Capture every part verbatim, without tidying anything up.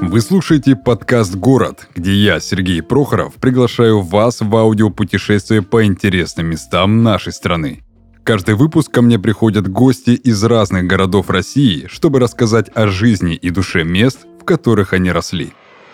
Вы слушаете подкаст «Город», где я, Сергей Прохоров, приглашаю вас в аудиопутешествие по интересным местам нашей страны. Каждый выпуск ко мне приходят гости из разных городов России, чтобы рассказать о жизни и душе мест, в которых они росли.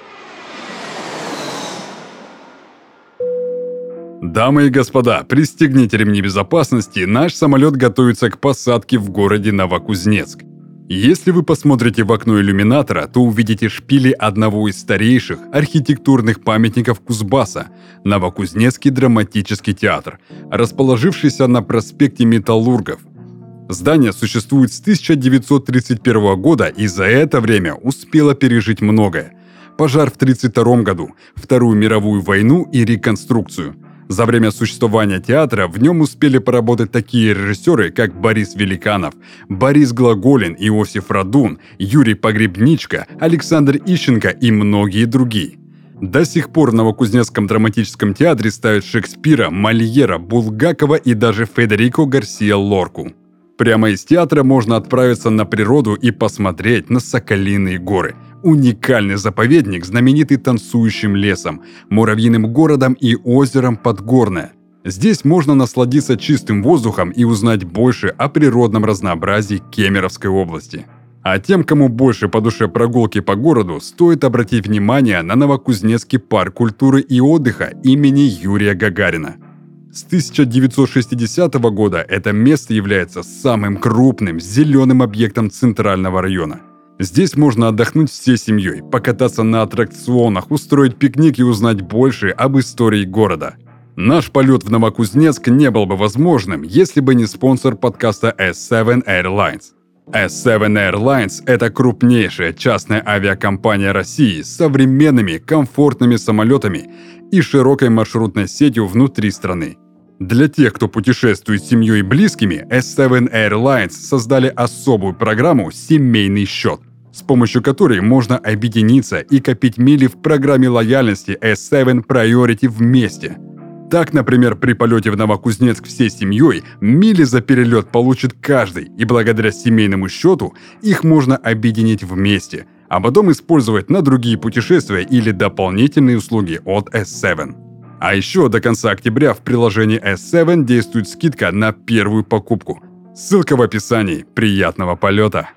Дамы и господа, пристегните ремни безопасности, наш самолет готовится к посадке в городе Новокузнецк. Если вы посмотрите в окно иллюминатора, то увидите шпили одного из старейших архитектурных памятников Кузбасса – Новокузнецкий драматический театр, расположившийся на проспекте Металлургов. Здание существует с тысяча девятьсот тридцать первого года и за это время успело пережить многое. Пожар в тысяча девятьсот тридцать втором году, Вторую мировую войну и реконструкцию. За время существования театра в нем успели поработать такие режиссеры, как Борис Великанов, Борис Глаголин, Иосиф Радун, Юрий Погребничка, Александр Ищенко и многие другие. До сих пор в Новокузнецком драматическом театре ставят Шекспира, Мольера, Булгакова и даже Федерико Гарсиа Лорку. Прямо из театра можно отправиться на природу и посмотреть на Соколиные горы. Уникальный заповедник, знаменитый танцующим лесом, муравьиным городом и озером Подгорное. Здесь можно насладиться чистым воздухом и узнать больше о природном разнообразии Кемеровской области. А тем, кому больше по душе прогулки по городу, стоит обратить внимание на Новокузнецкий парк культуры и отдыха имени Юрия Гагарина. С тысяча девятьсот шестидесятого года это место является самым крупным зеленым объектом Центрального района. Здесь можно отдохнуть всей семьей, покататься на аттракционах, устроить пикник и узнать больше об истории города. Наш полет в Новокузнецк не был бы возможным, если бы не спонсор подкаста эс семь Airlines. эс семь Airlines – это крупнейшая частная авиакомпания России с современными, комфортными самолетами и широкой маршрутной сетью внутри страны. Для тех, кто путешествует с семьей и близкими, эс семь Airlines создали особую программу «Семейный счет», с помощью которой можно объединиться и копить мили в программе лояльности эс семь Priority вместе. Так, например, при полете в Новокузнецк всей семьей мили за перелет получит каждый, и благодаря семейному счету их можно объединить вместе, а потом использовать на другие путешествия или дополнительные услуги от эс семь. А еще до конца октября в приложении эс семь действует скидка на первую покупку. Ссылка в описании. Приятного полета!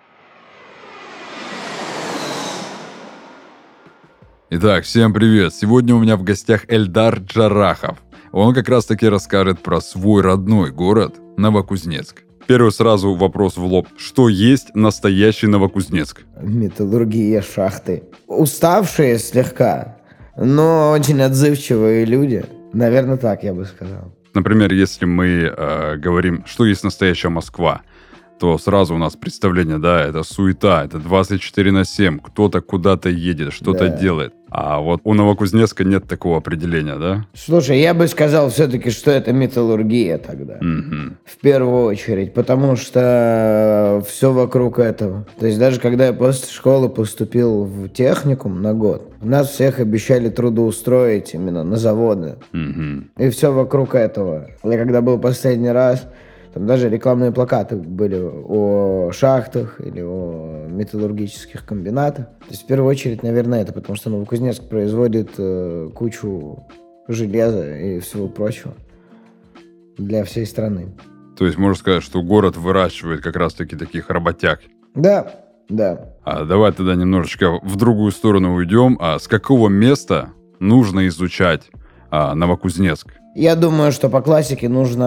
Итак, всем привет! Сегодня у меня в гостях Эльдар Джарахов. Он как раз таки расскажет про свой родной город Новокузнецк. Первый сразу вопрос в лоб. Что есть настоящий Новокузнецк? Металлургия, шахты. Уставшие слегка, но очень отзывчивые люди. Наверное, так я бы сказал. Например, если мы э, говорим, что есть настоящая Москва, то сразу у нас представление, да, это суета, это двадцать четыре на семь, кто-то куда-то едет, что-то да. делает. А вот у Новокузнецка нет такого определения, да? Слушай, я бы сказал все-таки, что это металлургия тогда. Mm-hmm. В первую очередь, потому что все вокруг этого. То есть даже когда я после школы поступил в техникум на год, нас всех обещали трудоустроить именно на заводы. Mm-hmm. И все вокруг этого. Я когда был последний раз... Там даже рекламные плакаты были о шахтах или о металлургических комбинатах. То есть в первую очередь, наверное, это потому, что Новокузнецк производит э, кучу железа и всего прочего для всей страны. То есть можно сказать, что город выращивает как раз-таки таких работяг. Да, да. А давай тогда немножечко в другую сторону уйдем. А с какого места нужно изучать а, Новокузнецк? Я думаю, что по классике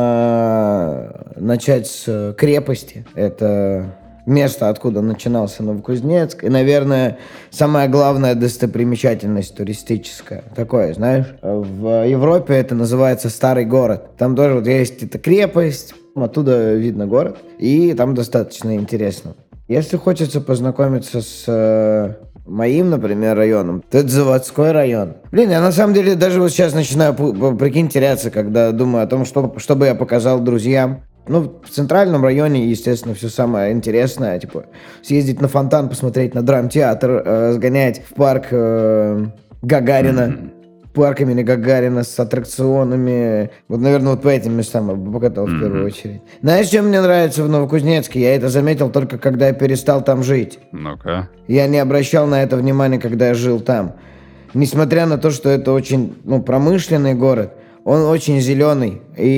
нужно начать с крепости. Это место, откуда начинался Новокузнецк. И, наверное, самая главная достопримечательность туристическая. Такое, знаешь, в Европе это называется Старый город. Там тоже вот есть эта крепость, оттуда видно город. И там достаточно интересно. Если хочется познакомиться с... моим, например, районом, то это Заводской район. Блин, я на самом деле даже вот сейчас начинаю, прикинь, теряться, когда думаю о том, что, что бы я показал друзьям. Ну, в центральном районе, естественно, все самое интересное, типа, съездить на фонтан, посмотреть на драмтеатр, э, сгонять в парк э, Гагарина. парк имени Гагарина с аттракционами. Вот, наверное, вот по этим местам я бы покатал mm-hmm. в первую очередь. Знаешь, что мне нравится в Новокузнецке? Я это заметил только когда я перестал там жить. Ну-ка. Я не обращал на это внимания, когда я жил там. Несмотря на то, что это очень ну, промышленный город, он очень зеленый.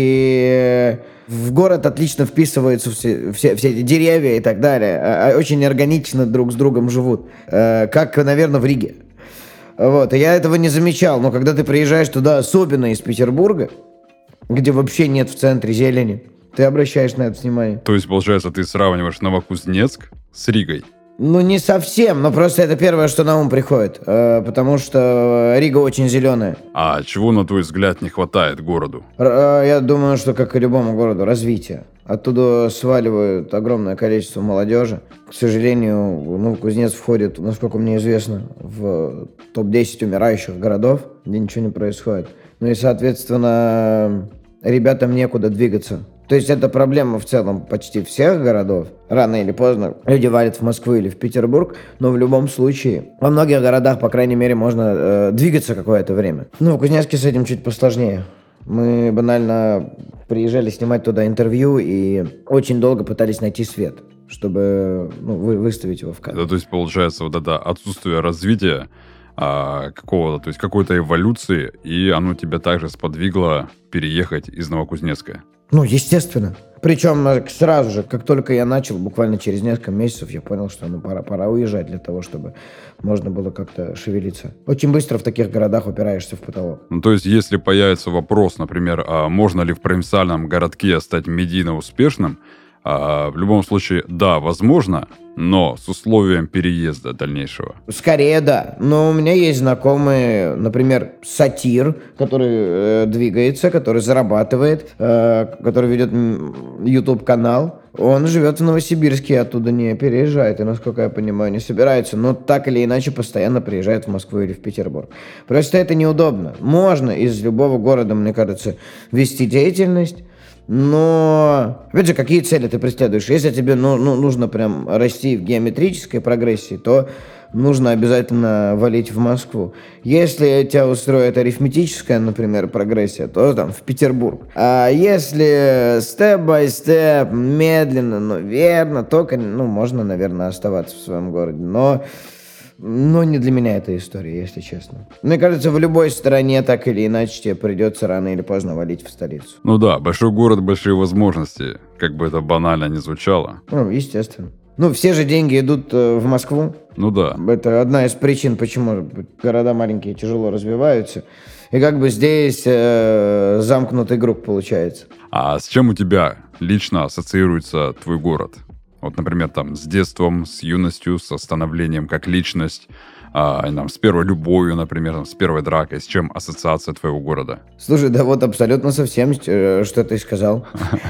И в город отлично вписываются все, все, все эти деревья и так далее. Очень органично друг с другом живут. Как, наверное, в Риге. Вот. И я этого не замечал. Но когда ты приезжаешь туда, особенно из Петербурга, где вообще нет в центре зелени, ты обращаешь на это внимание. То есть, получается, ты сравниваешь Новокузнецк с Ригой? Ну, не совсем, но просто это первое, что на ум приходит, э, потому что Рига очень зеленая. А чего, на твой взгляд, не хватает городу? Р- э, я думаю, что, как и любому городу, развитие. Оттуда сваливают огромное количество молодежи. К сожалению, Новокузнецк входит, насколько мне известно, в топ десять умирающих городов, где ничего не происходит. Ну и, соответственно, ребятам некуда двигаться. То есть это проблема в целом почти всех городов. Рано или поздно люди валят в Москву или в Петербург, но в любом случае во многих городах, по крайней мере, можно э, двигаться какое-то время. Ну, в Кузнецке с этим чуть посложнее. Мы банально приезжали снимать туда интервью и очень долго пытались найти свет, чтобы ну, вы, выставить его в кадр. Да, то есть, получается, вот это отсутствие развития а, какого-то, то есть какой-то эволюции, и оно тебя также сподвигло переехать из Новокузнецка. Ну, естественно. Причем сразу же, как только я начал, буквально через несколько месяцев, я понял, что ну, пора, пора уезжать для того, чтобы можно было как-то шевелиться. Очень быстро в таких городах упираешься в потолок. Ну, то есть, если появится вопрос, например, а можно ли в провинциальном городке стать медийно успешным, а, в любом случае, да, возможно, но с условием переезда дальнейшего. Скорее, да. Но у меня есть знакомый, например, сатир, который э, двигается, который зарабатывает, э, который ведет YouTube-канал. Он живет в Новосибирске, оттуда не переезжает, и, насколько я понимаю, не собирается, но так или иначе постоянно приезжает в Москву или в Петербург. Просто это неудобно. Можно из любого города, мне кажется, вести деятельность, но, опять же, какие цели ты преследуешь? Если тебе ну, ну, нужно прям расти в геометрической прогрессии, то нужно обязательно валить в Москву. Если тебя устроит арифметическая, например, прогрессия, то там в Петербург. А если степ-бай-степ, медленно, но верно, то ну, можно, наверное, оставаться в своем городе. Но... Но не для меня эта история, если честно. Мне кажется, в любой стране так или иначе тебе придется рано или поздно валить в столицу. Ну да, большой город, большие возможности. Как бы это банально ни звучало. Ну, естественно. Ну, все же деньги идут э, в Москву. Ну да. Это одна из причин, почему города маленькие тяжело развиваются. И как бы здесь э, замкнутый круг получается. А с чем у тебя лично ассоциируется твой город? Вот, например, там, с детством, с юностью, со становлением как личность, а, там, с первой любовью, например, там, с первой дракой. С чем ассоциация твоего города? Слушай, да вот абсолютно со всем, что ты сказал.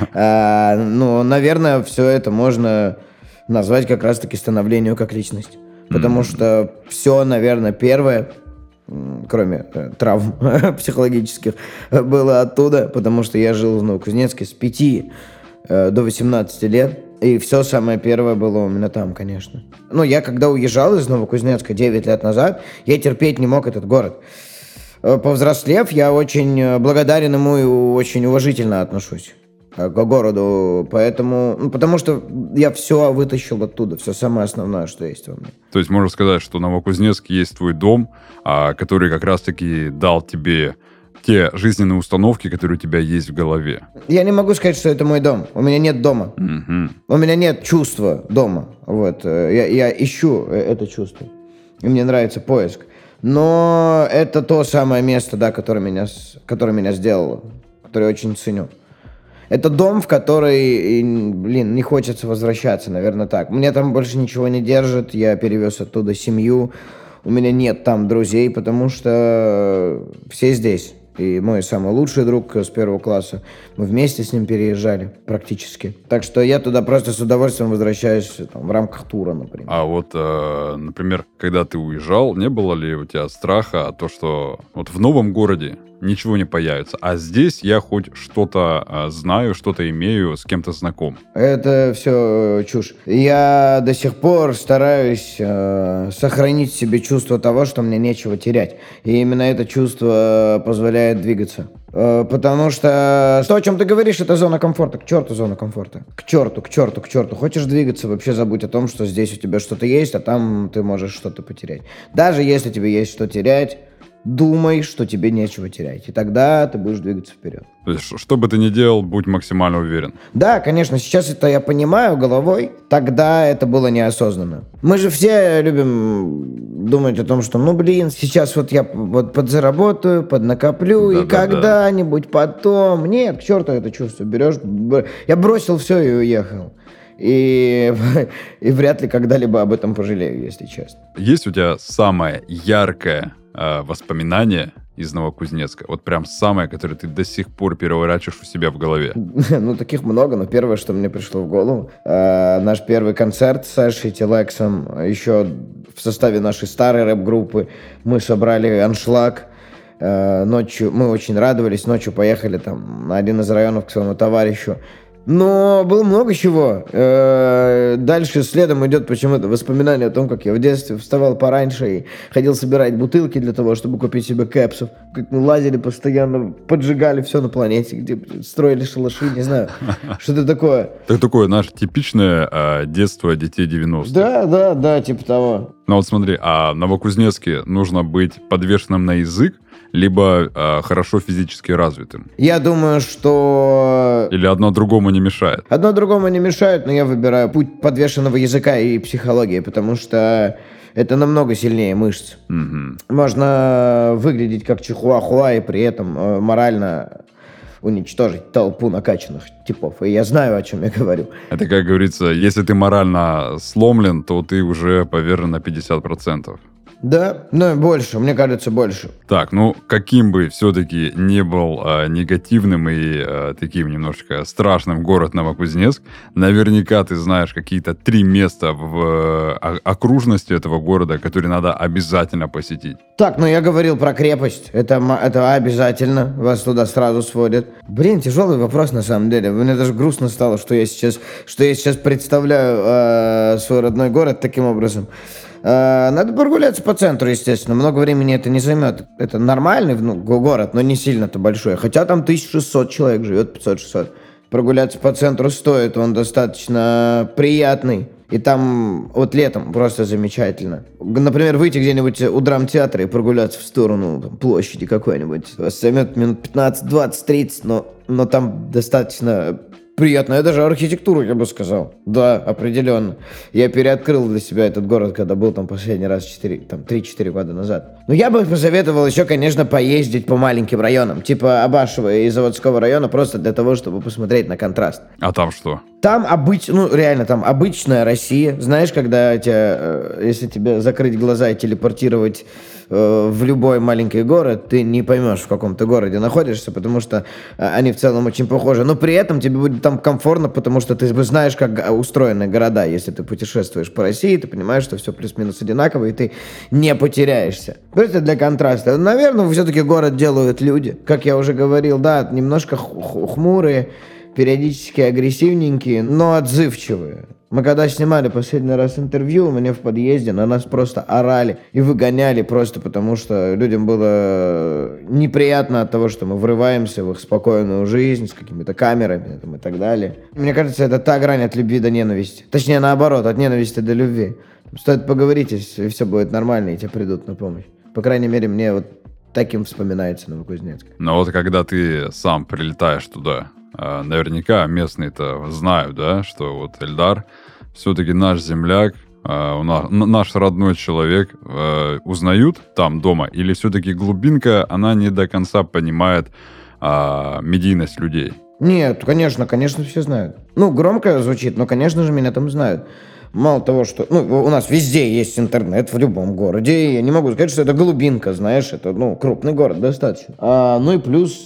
а, ну, наверное, все это можно назвать как раз-таки становлению как личность. Потому mm-hmm. что все, наверное, первое, кроме э, травм психологических, было оттуда, потому что я жил в Новокузнецке с пяти э, до восемнадцати лет. И все самое первое было у меня там, конечно. Ну, я когда уезжал из Новокузнецка девять лет назад, я терпеть не мог этот город. Повзрослев, я очень благодарен ему и очень уважительно отношусь к городу. Поэтому, ну, потому что я все вытащил оттуда, все самое основное, что есть во мне. То есть можно сказать, что Новокузнецк есть твой дом, который как раз-таки дал тебе те жизненные установки, которые у тебя есть в голове. Я не могу сказать, что это мой дом. У меня нет дома. Mm-hmm. У меня нет чувства дома. Вот. Я, я ищу это чувство. И мне нравится поиск. Но это то самое место, да, которое меня, которое меня сделало. Которое очень ценю. Это дом, в который, блин, не хочется возвращаться, наверное, так. Мне там больше ничего не держит. Я перевез оттуда семью. У меня нет там друзей, потому что все здесь. И мой самый лучший друг с первого класса, мы вместе с ним переезжали практически. Так что я туда просто с удовольствием возвращаюсь там, в рамках тура, например. А вот, э, например, когда ты уезжал, не было ли у тебя страха, то, что вот в новом городе ничего не появится. А здесь я хоть что-то э, знаю, что-то имею, с кем-то знаком. Это все чушь. Я до сих пор стараюсь э, сохранить в себе чувство того, что мне нечего терять. И именно это чувство позволяет двигаться. Э, потому что то, о чем ты говоришь, это зона комфорта. К черту зона комфорта. К черту, к черту, к черту. Хочешь двигаться, вообще забудь о том, что здесь у тебя что-то есть, а там ты можешь что-то потерять. Даже если тебе есть что терять, думай, что тебе нечего терять. И тогда ты будешь двигаться вперед. То есть, что бы ты ни делал, будь максимально уверен. Да, конечно, сейчас это я понимаю головой, тогда это было неосознанно. Мы же все любим думать о том, что, ну, блин, сейчас вот я вот подзаработаю, поднакоплю, да, и да, когда-нибудь да. потом... Нет, к черту это чувство. Берешь... Я бросил все и уехал. И, и вряд ли когда-либо об этом пожалею, если честно. Есть у тебя самое яркое э, воспоминание из Новокузнецка? Вот прям самое, которое ты до сих пор переворачиваешь у себя в голове. Ну, таких много, но первое, что мне пришло в голову, э, наш первый концерт с Сашей Телексом, еще в составе нашей старой рэп-группы, мы собрали аншлаг. Э, ночью мы очень радовались, ночью поехали там на один из районов к своему товарищу. Но было много чего. Дальше следом идет почему-то воспоминание о том, как я в детстве вставал пораньше и ходил собирать бутылки для того, чтобы купить себе кэпсов. Как мы лазили постоянно, поджигали все на планете, где строили шалаши, не знаю, что-то такое. Это такое, наше типичное э, детство детей девяностых. Да, да, да, типа того. Ну вот смотри, а в Новокузнецке нужно быть подвешенным на язык, либо э, хорошо физически развитым? Я думаю, что... Или одно другому не мешает? Одно другому не мешает, но я выбираю путь подвешенного языка и психологии, потому что это намного сильнее мышц. Mm-hmm. Можно выглядеть как чихуахуа и при этом э, морально уничтожить толпу накачанных типов. И я знаю, о чем я говорю. Это, как говорится, если ты морально сломлен, то ты уже поверен на пятьдесят процентов. Да, но больше, мне кажется, больше. Так, ну, каким бы все-таки не был э, негативным и э, таким немножко страшным город Новокузнецк, наверняка ты знаешь какие-то три места в э, окружности этого города, которые надо обязательно посетить. Так, ну я говорил про крепость. Это, это обязательно. Вас туда сразу сводят. Блин, тяжелый вопрос на самом деле. Мне даже грустно стало, что я сейчас, что я сейчас представляю э, свой родной город таким образом. Надо прогуляться по центру, естественно. Много времени это не займет. Это нормальный ну, город, но не сильно-то большой. Хотя там тысяча шестьсот человек живет, пятьсот шестьсот. Прогуляться по центру стоит, он достаточно приятный. И там вот летом просто замечательно. Например, выйти где-нибудь у драмтеатра и прогуляться в сторону там, площади какой-нибудь. Вас займет минут пятнадцать, двадцать, тридцать, но, но там достаточно... приятно. Это же архитектура, я бы сказал. Да, определенно. Я переоткрыл для себя этот город, когда был там последний раз четыре, там, три-четыре года назад. Но я бы посоветовал еще, конечно, поездить по маленьким районам. Типа Абашева и Заводского района, просто для того, чтобы посмотреть на контраст. А там что? Там обыч... ну, реально, там обычная Россия. Знаешь, когда тебя, если тебе закрыть глаза и телепортировать э, в любой маленький город, ты не поймешь, в каком ты городе находишься, потому что э, они в целом очень похожи. Но при этом тебе будет там комфортно, потому что ты знаешь, как устроены города. Если ты путешествуешь по России, ты понимаешь, что все плюс-минус одинаково, и ты не потеряешься. Просто для контраста. Наверное, все-таки город делают люди. Как я уже говорил, да, немножко хмурые, периодически агрессивненькие, но отзывчивые. Мы когда снимали последний раз интервью, у меня в подъезде на нас просто орали и выгоняли просто потому, что людям было неприятно от того, что мы врываемся в их спокойную жизнь с какими-то камерами там, и так далее. Мне кажется, это та грань от любви до ненависти. Точнее, наоборот, от ненависти до любви. Стоит поговорить, и все будет нормально, и тебе придут на помощь. По крайней мере, мне вот таким вспоминается Новокузнецк. Но вот когда ты сам прилетаешь туда, наверняка местные-то знают, да, что вот Эльдар все-таки наш земляк, у нас, наш родной человек. Узнают там дома? Или все-таки глубинка, она не до конца понимает а, медийность людей? Нет, конечно, конечно, все знают. Ну, громко звучит, но, конечно же, меня там знают. Мало того, что... Ну, у нас везде есть интернет, в любом городе. Я не могу сказать, что это глубинка, знаешь. Это, ну, крупный город достаточно. А, ну и плюс,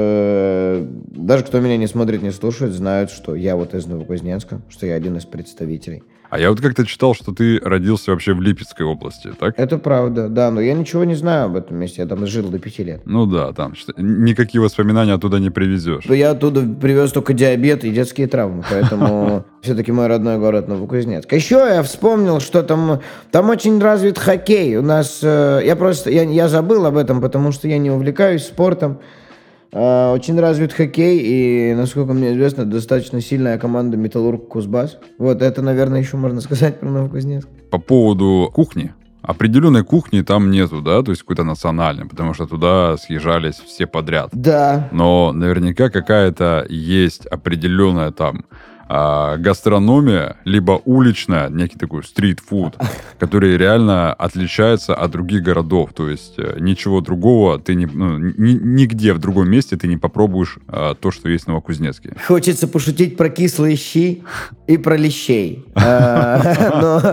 э, даже кто меня не смотрит, не слушает, знают, что я вот из Новокузнецка, что я один из представителей. А я вот как-то читал, что ты родился вообще в Липецкой области, так? Это правда, да, но я ничего не знаю об этом месте, я там жил до пяти лет. Ну да, там что, никакие воспоминания оттуда не привезешь. Я оттуда привез только диабет и детские травмы, поэтому все-таки мой родной город Новокузнецк. Еще я вспомнил, что там, там очень развит хоккей. У нас, я просто, я, я забыл об этом, потому что я не увлекаюсь спортом. Очень развит хоккей, и, насколько мне известно, достаточно сильная команда «Металлург Кузбасс». Вот это, наверное, еще можно сказать про Новокузнецк. По поводу кухни. Определенной кухни там нету, да, то есть какой-то национальной, потому что туда съезжались все подряд. Да. Но наверняка какая-то есть определенная там а, гастрономия, либо уличная, некий такой стрит-фуд, который реально отличается от других городов. То есть ничего другого ты не, ну, ни, нигде в другом месте ты не попробуешь а, то, что есть в Новокузнецке. Хочется пошутить про кислые щи и про лещей. Но...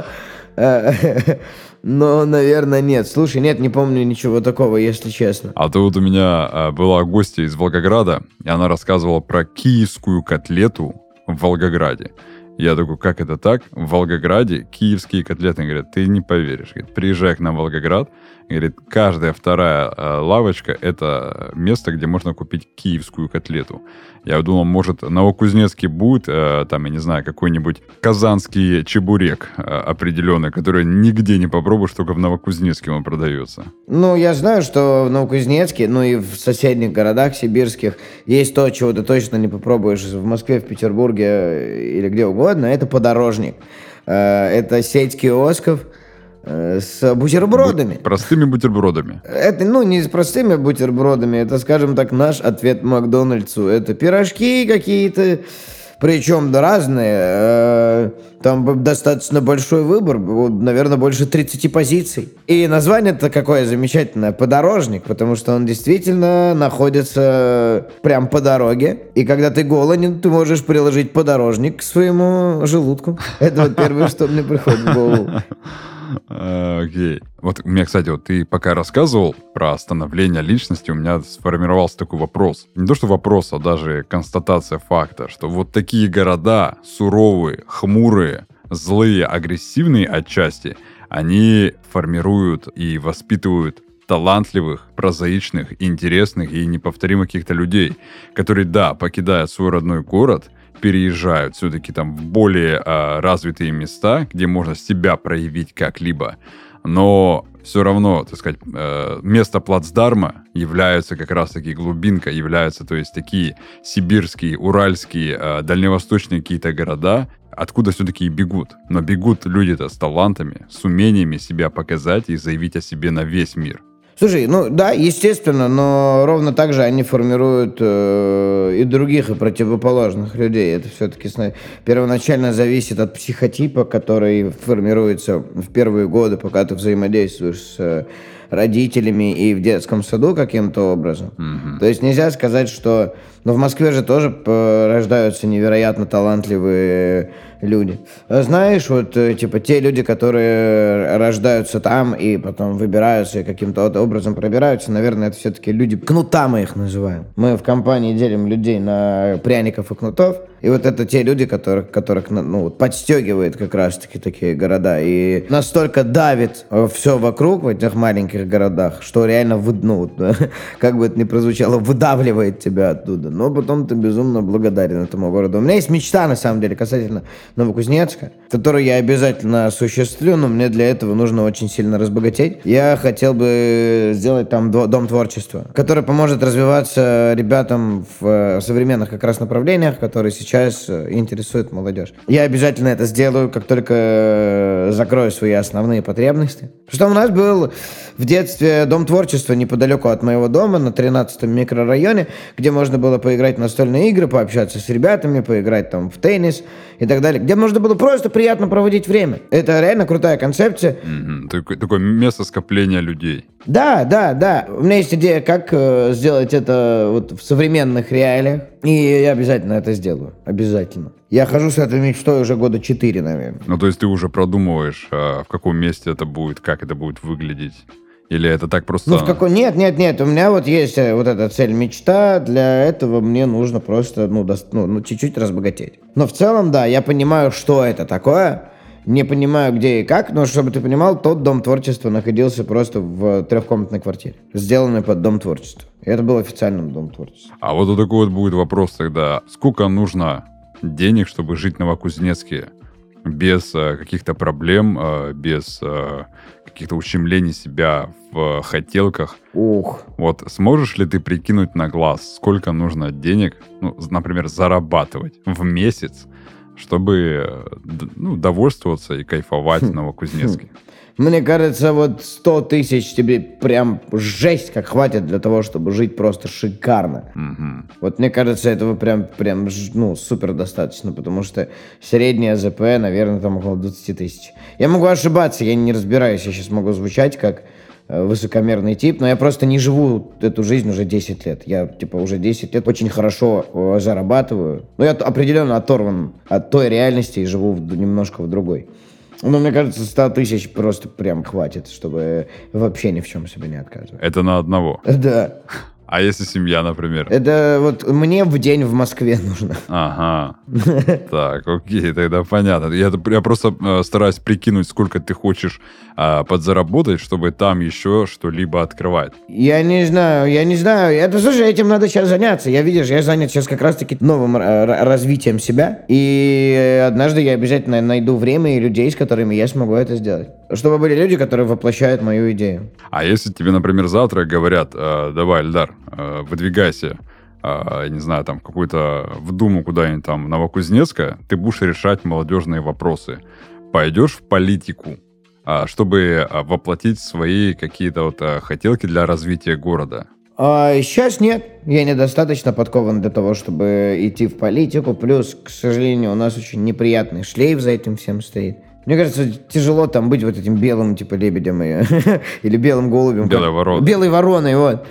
Но, наверное, нет. Слушай, нет, не помню ничего такого, если честно. А то вот у меня а, была гостья из Волгограда, и она рассказывала про киевскую котлету в Волгограде. Я такой, как это так? В Волгограде киевские котлеты. Она говорит, ты не поверишь. Говорит, приезжай к нам в Волгоград. Говорит, каждая вторая э, лавочка – это место, где можно купить киевскую котлету. Я думал, может, в Новокузнецке будет, э, там, я не знаю, какой-нибудь казанский чебурек э, определенный, который нигде не попробуешь, только в Новокузнецке он продается. Ну, я знаю, что в Новокузнецке, ну и в соседних городах сибирских есть то, чего ты точно не попробуешь в Москве, в Петербурге или где угодно. Это подорожник. Э, это сеть киосков с бутербродами. Бу- простыми бутербродами. Это, ну, не с простыми бутербродами, это, скажем так, наш ответ Макдональдсу. Это пирожки какие-то, причем да, разные. Там достаточно большой выбор, наверное, больше тридцати позиций. И название-то какое замечательное, подорожник, потому что он действительно находится прям по дороге. И когда ты голоден, ты можешь приложить подорожник к своему желудку. Это вот первое, что мне приходит в голову. Окей. Okay. Вот у меня, кстати, вот ты пока рассказывал про становление личности, у меня сформировался такой вопрос. Не то, что вопрос, а даже констатация факта, что вот такие города, суровые, хмурые, злые, агрессивные отчасти, они формируют и воспитывают талантливых, прозаичных, интересных и неповторимых каких-то людей, которые, да, покидая свой родной город, переезжают все-таки там в более а, развитые места, где можно себя проявить как-либо, но все равно, так сказать, э, место плацдарма является как раз-таки глубинка, являются, то есть, такие сибирские, уральские, э, дальневосточные какие-то города, откуда все-таки и бегут. Но бегут люди-то с талантами, с умениями себя показать и заявить о себе на весь мир. Слушай, ну да, естественно, но ровно так же они формируют э, и других, и противоположных людей. Это все-таки первоначально зависит от психотипа, который формируется в первые годы, пока ты взаимодействуешь с родителями и в детском саду каким-то образом. Mm-hmm. То есть нельзя сказать, что... Но в Москве же тоже рождаются невероятно талантливые люди. Знаешь, вот, типа, те люди, которые рождаются там и потом выбираются и каким-то образом пробираются, наверное, это все-таки люди... Кнута мы их называем. Мы в компании делим людей на пряников и кнутов. И вот это те люди, которых, которых ну, вот, подстегивает как раз-таки такие города. И настолько давит все вокруг в этих маленьких городах, что реально, вы, ну, как бы это ни прозвучало, выдавливает тебя оттуда. Но потом ты безумно благодарен этому городу. У меня есть мечта, на самом деле, касательно Новокузнецка, которую я обязательно осуществлю, но мне для этого нужно очень сильно разбогатеть. Я хотел бы сделать там дом творчества, который поможет развиваться ребятам в современных как раз направлениях, которые сейчас интересуют молодежь. Я обязательно это сделаю, как только закрою свои основные потребности. Потому что у нас был в детстве дом творчества неподалеку от моего дома, на тринадцатом микрорайоне, где можно было поиграть в настольные игры, пообщаться с ребятами, поиграть там в теннис и так далее, где можно было просто приятно проводить время. Это реально крутая концепция. Mm-hmm. Такое, такое место скопления людей. Да, да, да. У меня есть идея, как э, сделать это вот в современных реалиях, и я обязательно это сделаю. Обязательно. Я хожу с этой мечтой уже года четыре, наверное. Ну, то есть ты уже продумываешь, в каком месте это будет, как это будет выглядеть? Или это так просто... Ну, в какой... Нет, нет, нет, у меня вот есть вот эта цель-мечта, для этого мне нужно просто, ну, до... ну, ну, чуть-чуть разбогатеть. Но в целом, да, я понимаю, что это такое, Не понимаю, где и как, но чтобы ты понимал, тот дом творчества находился просто в трехкомнатной квартире, сделанной под дом творчества. И это был официальным дом творчества. А вот такой вот будет вопрос тогда. Сколько нужно денег, чтобы жить в Новокузнецке без э, каких-то проблем, э, без э, каких-то ущемлений себя в хотелках? Ух. Вот сможешь ли ты прикинуть на глаз, сколько нужно денег, ну, например, зарабатывать в месяц, чтобы ну, довольствоваться и кайфовать в Новокузнецке? Мне кажется, вот сто тысяч тебе прям жесть как хватит для того, чтобы жить просто шикарно. Угу. Вот мне кажется, этого прям, прям ну, супер достаточно, потому что средняя ЗП, наверное, там около двадцать тысяч. Я могу ошибаться, я не разбираюсь, я сейчас могу звучать как э, высокомерный тип, но я просто не живу эту жизнь уже десять лет. Я, типа, уже десять лет очень хорошо э, зарабатываю. Но я определенно оторван от той реальности и живу в, немножко в другой. Ну, мне кажется, сто тысяч просто прям хватит, чтобы вообще ни в чем себе не отказывать. Это на одного? Да. А если семья, например? Это вот мне в день в Москве нужно. Ага. Так, окей, тогда понятно. Я, я просто э, стараюсь прикинуть, сколько ты хочешь э, подзаработать, чтобы там еще что-либо открывать. Я не знаю, я не знаю. Это, слушай, этим надо сейчас заняться. Я, видишь, я занят сейчас как раз-таки новым э, развитием себя. И однажды я обязательно найду время и людей, с которыми я смогу это сделать. Чтобы были люди, которые воплощают мою идею. А если тебе, например, завтра говорят, э, давай, Эльдар, э, выдвигайся, э, не знаю, там, какую-то в Думу куда-нибудь там Новокузнецка, ты будешь решать молодежные вопросы. Пойдешь в политику, э, чтобы э, воплотить свои какие-то вот э, хотелки для развития города? А сейчас нет. Я недостаточно подкован для того, чтобы идти в политику. Плюс, к сожалению, у нас очень неприятный шлейф за этим всем стоит. Мне кажется, тяжело там быть вот этим белым, типа, лебедем и, или белым голубем. Белой вороной. Белой вороной, вот.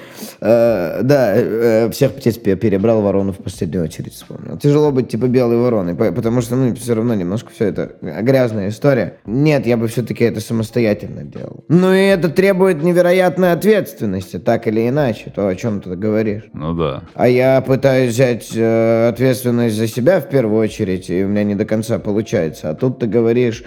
Э, да, э, всех птиц перебрал, ворону в последнюю очередь вспомнил. Тяжело быть, типа, белой вороной, потому что, ну, все равно немножко все это грязная история. Нет, я бы все-таки это самостоятельно делал. Ну, и это требует невероятной ответственности, так или иначе, то, о чем ты говоришь. Ну да. А я пытаюсь взять э, ответственность за себя в первую очередь, и у меня не до конца получается. А тут ты говоришь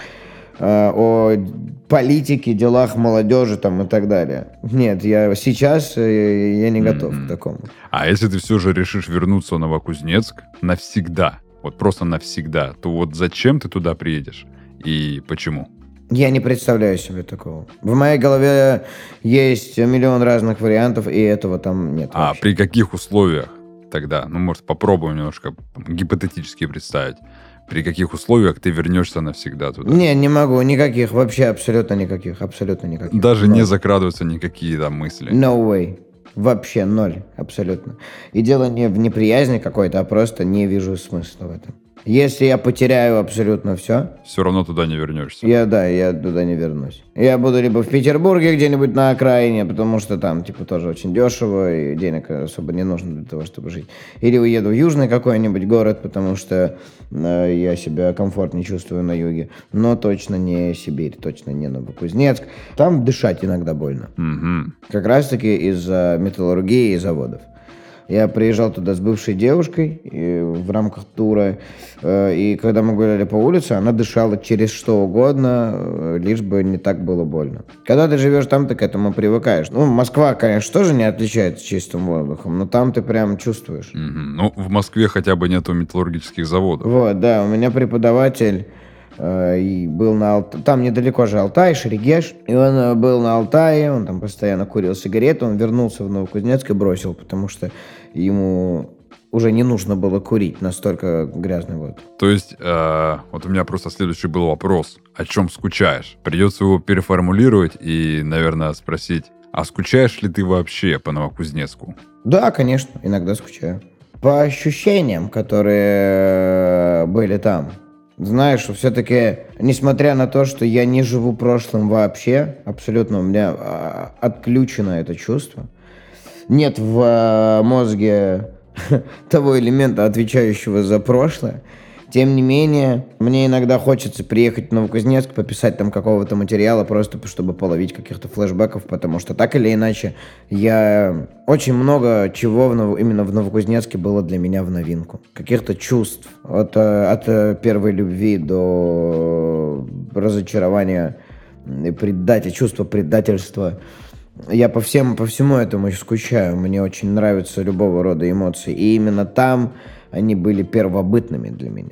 э, о политике, делах молодежи там и так далее. Нет, я сейчас э, я не готов mm-hmm. к такому. А если ты все же решишь вернуться в Новокузнецк навсегда, вот просто навсегда, то вот зачем ты туда приедешь и почему? Я не представляю себе такого. В моей голове есть миллион разных вариантов, и этого там нет. А вообще. При каких условиях тогда? Ну, может, попробуем немножко гипотетически представить. При каких условиях ты вернешься навсегда туда? Не, не могу. Никаких. Вообще абсолютно никаких. Абсолютно никаких. Даже ноль. Не закрадываются никакие там мысли? No way. Вообще ноль. Абсолютно. И дело не в неприязни какой-то, а просто не вижу смысла в этом. Если я потеряю абсолютно все... Все равно туда не вернешься. Я, да, я туда не вернусь. Я буду либо в Петербурге где-нибудь на окраине, потому что там, типа, тоже очень дешево, и денег особо не нужно для того, чтобы жить. Или уеду в южный какой-нибудь город, потому что э, я себя комфортнее чувствую на юге. Но точно не Сибирь, точно не Новокузнецк. Там дышать иногда больно. Угу. Как раз-таки из-за металлургии и заводов. Я приезжал туда с бывшей девушкой и, в рамках тура, э, и когда мы гуляли по улице, она дышала через что угодно, э, лишь бы не так было больно. Когда ты живешь там, ты к этому привыкаешь. Ну, Москва, конечно, тоже не отличается чистым воздухом, но там ты прям чувствуешь. Угу. Ну, в Москве хотя бы нету металлургических заводов. Вот, да, у меня преподаватель э, и был на Алт... Там недалеко же Алтай, Шерегеш. И он э, был на Алтае, он там постоянно курил сигареты, он вернулся в Новокузнецк и бросил, потому что ему уже не нужно было курить, настолько грязный воздух. То есть, э, вот у меня просто следующий был вопрос. О чем скучаешь? Придется его переформулировать и, наверное, спросить, а скучаешь ли ты вообще по Новокузнецку? Да, конечно, иногда скучаю. По ощущениям, которые были там. Знаешь, все-таки, несмотря на то, что я не живу прошлым вообще, абсолютно у меня а, отключено это чувство. Нет в а, мозге того элемента, отвечающего за прошлое. Тем не менее, мне иногда хочется приехать в Новокузнецк, пописать там какого-то материала, просто чтобы половить каких-то флешбеков, потому что так или иначе я... Очень много чего в Нов... именно в Новокузнецке было для меня в новинку. Каких-то чувств. От, от первой любви до разочарование, предатель, чувство предательства. Я по, всем, по всему этому скучаю. Мне очень нравятся любого рода эмоции. И именно там они были первобытными для меня.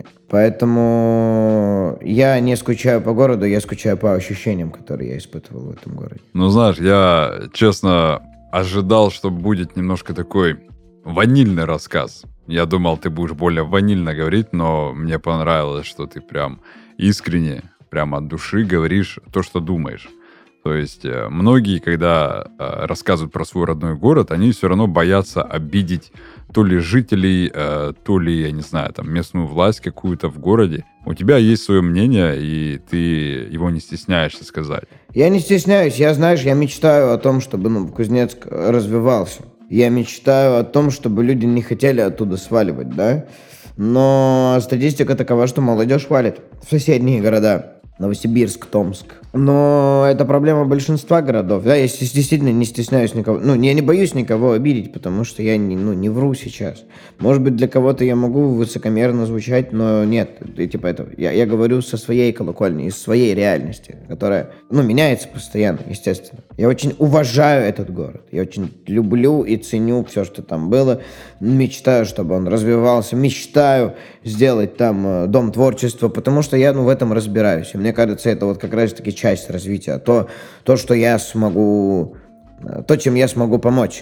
Поэтому я не скучаю по городу, я скучаю по ощущениям, которые я испытывал в этом городе. Ну, знаешь, я, честно, ожидал, что будет немножко такой ванильный рассказ. Я думал, ты будешь более ванильно говорить, но мне понравилось, что ты прям искренне, прям от души говоришь то, что думаешь. То есть многие, когда рассказывают про свой родной город, они все равно боятся обидеть то ли жителей, то ли, я не знаю, там, местную власть какую-то в городе. У тебя есть свое мнение, и ты его не стесняешься сказать. Я не стесняюсь. Я, знаешь, я мечтаю о том, чтобы ну, Кузнецк развивался. Я мечтаю о том, чтобы люди не хотели оттуда сваливать, да? Но статистика такова, что молодежь валит в соседние города. Новосибирск, Томск. Но это проблема большинства городов. Да, я действительно не стесняюсь никого. Ну, я не боюсь никого обидеть, потому что я не, ну, не вру сейчас. Может быть, для кого-то я могу высокомерно звучать, но нет. И, типа, это, я, я говорю со своей колокольни, из своей реальности, которая, ну, меняется постоянно, естественно. Я очень уважаю этот город. Я очень люблю и ценю все, что там было. Мечтаю, чтобы он развивался. Мечтаю сделать там э, дом творчества, потому что я, ну, в этом разбираюсь. И мне кажется, это вот как раз-таки часть развития. То, то, что я смогу... То, чем я смогу помочь.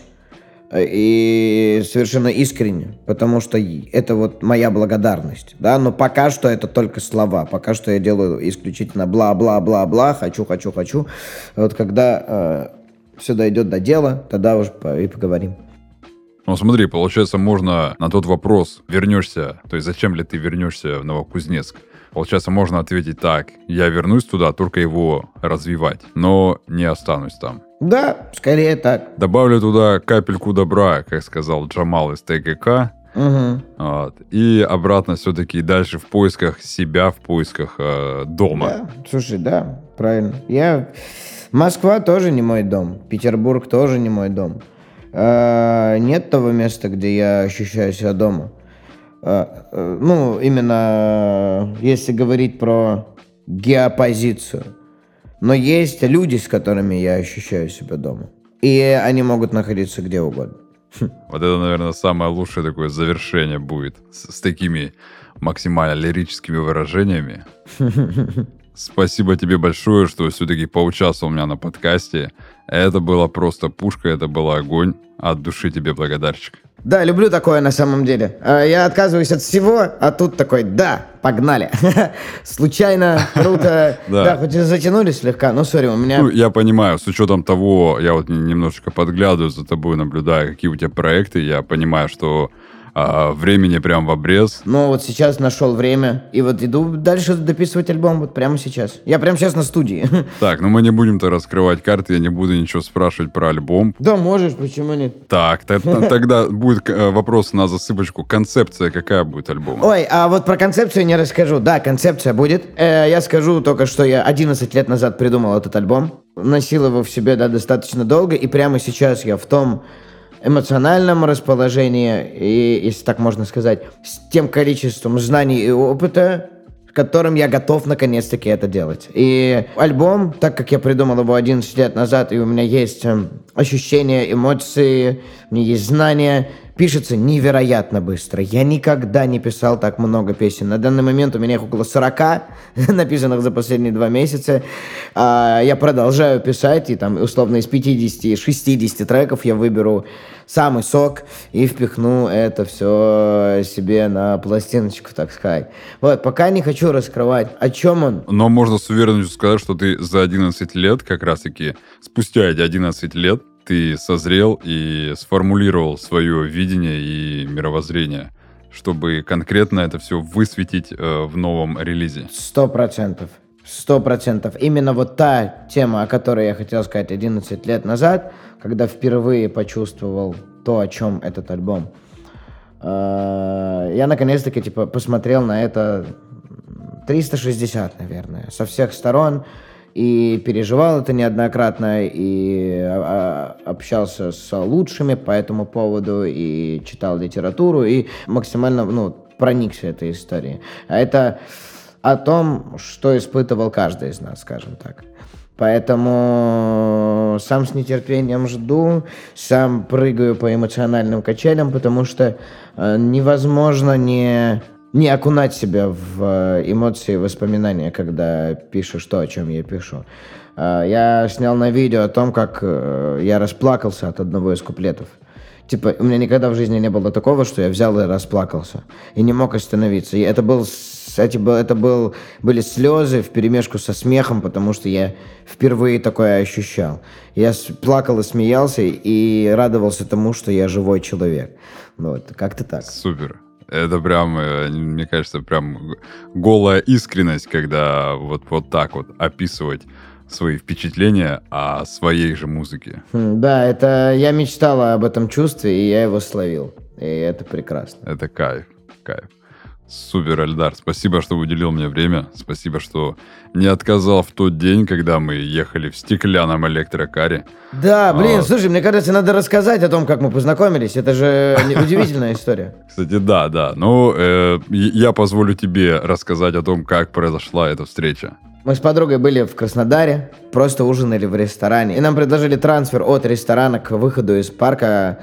И совершенно искренне. Потому что это вот моя благодарность. Да? Но пока что это только слова. Пока что я делаю исключительно бла-бла-бла-бла. Хочу, хочу, хочу. Вот когда э, все дойдет до дела, тогда уже и поговорим. Ну, смотри, получается, можно на тот вопрос, вернешься, то есть зачем ли ты вернешься в Новокузнецк? Получается, можно ответить так: я вернусь туда, только его развивать, но не останусь там. Да, скорее так. Добавлю туда капельку добра, как сказал Джамал из ТГК. Угу. Вот, и обратно все-таки дальше в поисках себя, в поисках э, дома. Да, слушай, да, правильно. Я... Москва тоже не мой дом, Петербург тоже не мой дом. А, нет того места, где я ощущаю себя дома. А, а, ну, именно если говорить про геопозицию. Но есть люди, с которыми я ощущаю себя дома. И они могут находиться где угодно. Вот это, наверное, самое лучшее такое завершение будет с, с такими максимально лирическими выражениями. Спасибо тебе большое, что все-таки поучаствовал у меня на подкасте. Это было просто пушка, это был огонь. От души тебе благодарчик. Да, люблю такое на самом деле. Я отказываюсь от всего, а тут такой: да, погнали. Случайно, круто. Да, хоть и затянули слегка, но сори, у меня... Ну, я понимаю, с учетом того, я вот немножечко подглядываю за тобой, наблюдаю, какие у тебя проекты, я понимаю, что а, времени прям в обрез. Ну, вот сейчас нашел время, и вот иду дальше дописывать альбом, вот прямо сейчас. Я прямо сейчас на студии. Так, ну мы не будем-то раскрывать карты, я не буду ничего спрашивать про альбом. Да, можешь, почему нет? Так, тогда будет вопрос на засыпочку. Концепция какая будет альбома? Ой, а вот про концепцию не расскажу. Да, концепция будет. Я скажу только, что я одиннадцать лет назад придумал этот альбом. Носил его в себе, да, достаточно долго, и прямо сейчас я в том эмоциональном расположении, и, если так можно сказать, с тем количеством знаний и опыта, которым я готов наконец-таки это делать. И альбом, так как я придумал его одиннадцать лет назад, и у меня есть э, ощущения, эмоции, у меня есть знания, пишется невероятно быстро. Я никогда не писал так много песен. На данный момент у меня их около сорока, написанных за последние два месяца. А я продолжаю писать, и там условно из пятидесяти-шестидесяти треков я выберу самый сок и впихну это все себе на пластиночку, так сказать. Вот, пока не хочу раскрывать, о чем он. Но можно с уверенностью сказать, что ты за одиннадцать лет, как раз-таки спустя эти одиннадцать лет, ты созрел и сформулировал свое видение и мировоззрение, чтобы конкретно это все высветить э, в новом релизе. Сто процентов. Сто процентов. Именно вот та тема, о которой я хотел сказать одиннадцать лет назад, когда впервые почувствовал то, о чем этот альбом. Я наконец-таки типа посмотрел на это триста шестьдесят, наверное, со всех сторон. И переживал это неоднократно, и общался с лучшими по этому поводу, и читал литературу, и максимально, ну, проникся этой историей. А это о том, что испытывал каждый из нас, скажем так. Поэтому сам с нетерпением жду, сам прыгаю по эмоциональным качелям, потому что э, невозможно не, не окунать себя в эмоции, воспоминания, когда пишешь то, о чем я пишу. Э, я снял на видео о том, как э, я расплакался от одного из куплетов. Типа, у меня никогда в жизни не было такого, что я взял и расплакался. И не мог остановиться. И это был... Кстати, это был, были слезы вперемешку со смехом, потому что я впервые такое ощущал. Я плакал и смеялся, и радовался тому, что я живой человек. Вот, как-то так. Супер. Это прям, мне кажется, прям голая искренность, когда вот, вот так вот описывать свои впечатления о своей же музыке. Да, это я мечтала об этом чувстве, и я его словил. И это прекрасно. Это кайф, кайф. Супер, Эльдар, спасибо, что уделил мне время. Спасибо, что не отказал в тот день, когда мы ехали в стеклянном электрокаре. Да, блин, а... слушай, мне кажется, надо рассказать о том, как мы познакомились. Это же удивительная история. Кстати, да, да. Ну, э, я позволю тебе рассказать о том, как произошла эта встреча. Мы с подругой были в Краснодаре, просто ужинали в ресторане. И нам предложили трансфер от ресторана к выходу из парка.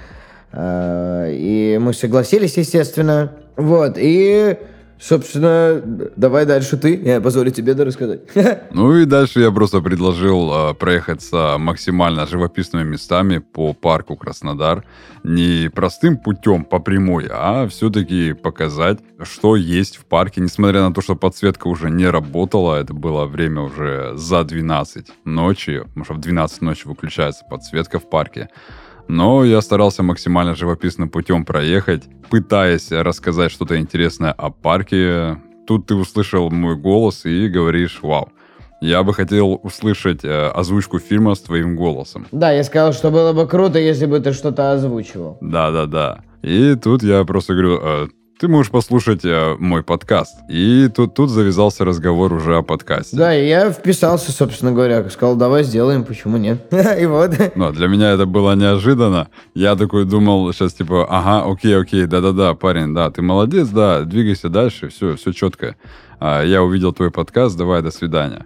И мы согласились, естественно. Вот, и, собственно, давай дальше ты. Я позволю тебе да рассказать. Ну и дальше я просто предложил э, проехаться максимально живописными местами по парку Краснодар. Не простым путем по прямой, а все-таки показать, что есть в парке. Несмотря на то, что подсветка уже не работала, это было время уже за двенадцать ночи. Потому что в двенадцать ночи выключается подсветка в парке. Но я старался максимально живописным путем проехать, пытаясь рассказать что-то интересное о парке. Тут ты услышал мой голос и говоришь: вау, я бы хотел услышать э, озвучку фильма с твоим голосом. Да, я сказал, что было бы круто, если бы ты что-то озвучивал. Да-да-да. И тут я просто говорю: э, ты можешь послушать э, мой подкаст. И тут, тут завязался разговор уже о подкасте. Да, и я вписался, собственно говоря. Сказал, давай сделаем, почему нет. И вот. Но для меня это было неожиданно. Я такой думал сейчас типа, ага, окей, окей, да-да-да, парень, да, ты молодец, да, двигайся дальше, все, все четко. А, я увидел твой подкаст, давай, до свидания.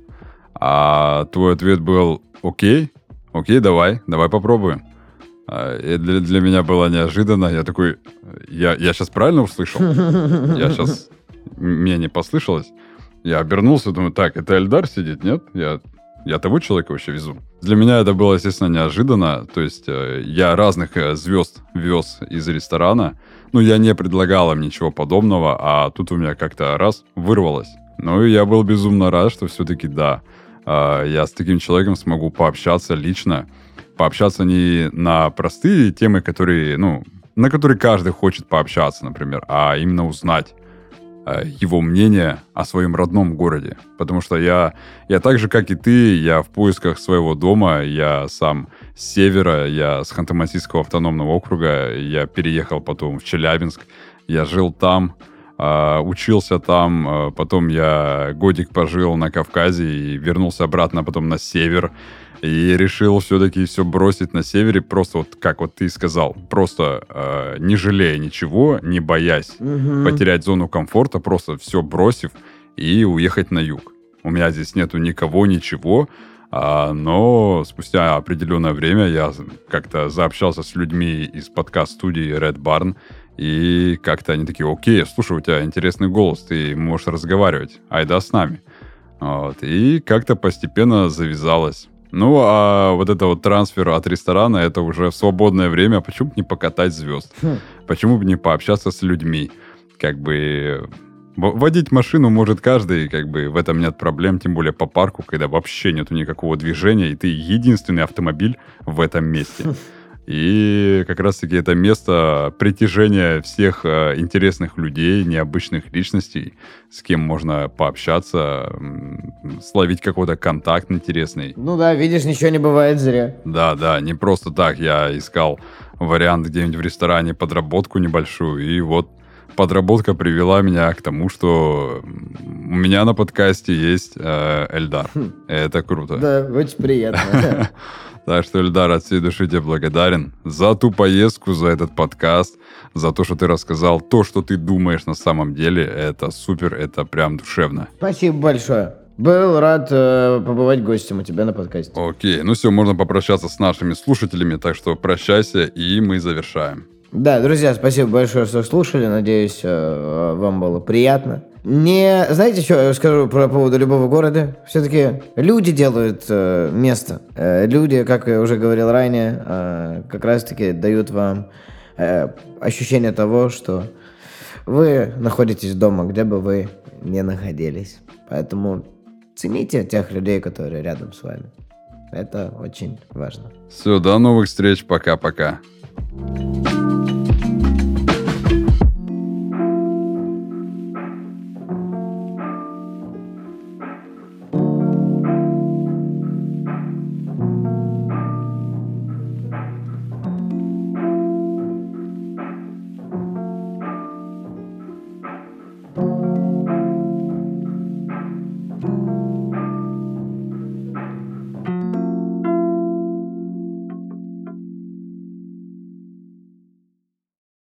А твой ответ был: окей, окей, давай, давай попробуем. И для, для меня было неожиданно. Я такой, я, я сейчас правильно услышал? Я сейчас... Мне не послышалось. Я обернулся, думаю, так, это Эльдар сидит, нет? Я, я того человека вообще везу. Для меня это было, естественно, неожиданно. То есть я разных звезд вез из ресторана. Ну, я не предлагал им ничего подобного, а тут у меня как-то раз вырвалось. Ну, и я был безумно рад, что все-таки да, я с таким человеком смогу пообщаться лично. Пообщаться не на простые темы, которые, ну, на которые каждый хочет пообщаться, например, а именно узнать э, его мнение о своем родном городе. Потому что я, я так же, как и ты, я в поисках своего дома, я сам с севера, я с Ханты-Мансийского автономного округа, я переехал потом в Челябинск, я жил там, э, учился там, э, потом я годик пожил на Кавказе и вернулся обратно потом на север. И решил все-таки все бросить на севере, просто вот как вот ты сказал, просто э, не жалея ничего, не боясь угу. потерять зону комфорта, просто все бросив и уехать на юг. У меня здесь нету никого, ничего, а, но спустя определенное время я как-то заобщался с людьми из подкаст-студии Red Barn, и как-то они такие: окей, слушай, у тебя интересный голос, ты можешь разговаривать, айда с нами. Вот. И как-то постепенно завязалось. Ну, а вот это вот трансфер от ресторана, это уже в свободное время. Почему бы не покатать звезд? Хм. Почему бы не пообщаться с людьми? Как бы водить машину может каждый, как бы в этом нет проблем, тем более по парку, когда вообще нету никакого движения, и ты единственный автомобиль в этом месте. И как раз-таки это место притяжения всех э, интересных людей, необычных личностей, с кем можно пообщаться, м- словить какой-то контакт интересный. Ну да, видишь, ничего не бывает зря. Да, да, не просто так я искал вариант где-нибудь в ресторане, подработку небольшую, и вот подработка привела меня к тому, что у меня на подкасте есть э, Эльдар. Хм. Это круто. Да, очень приятно. Так что, Эльдар, от всей души тебе благодарен за ту поездку, за этот подкаст, за то, что ты рассказал то, что ты думаешь на самом деле. Это супер, это прям душевно. Спасибо большое. Был рад э, побывать гостем у тебя на подкасте. Окей, ну все, можно попрощаться с нашими слушателями, так что прощайся, и мы завершаем. Да, друзья, спасибо большое, что слушали. Надеюсь, э, вам было приятно. Не, знаете, что я скажу про поводу любого города? Все-таки люди делают э, место. Э, люди, как я уже говорил ранее, э, как раз-таки дают вам э, ощущение того, что вы находитесь дома, где бы вы ни находились. Поэтому цените тех людей, которые рядом с вами. Это очень важно. Все, до новых встреч, пока-пока. Thank you.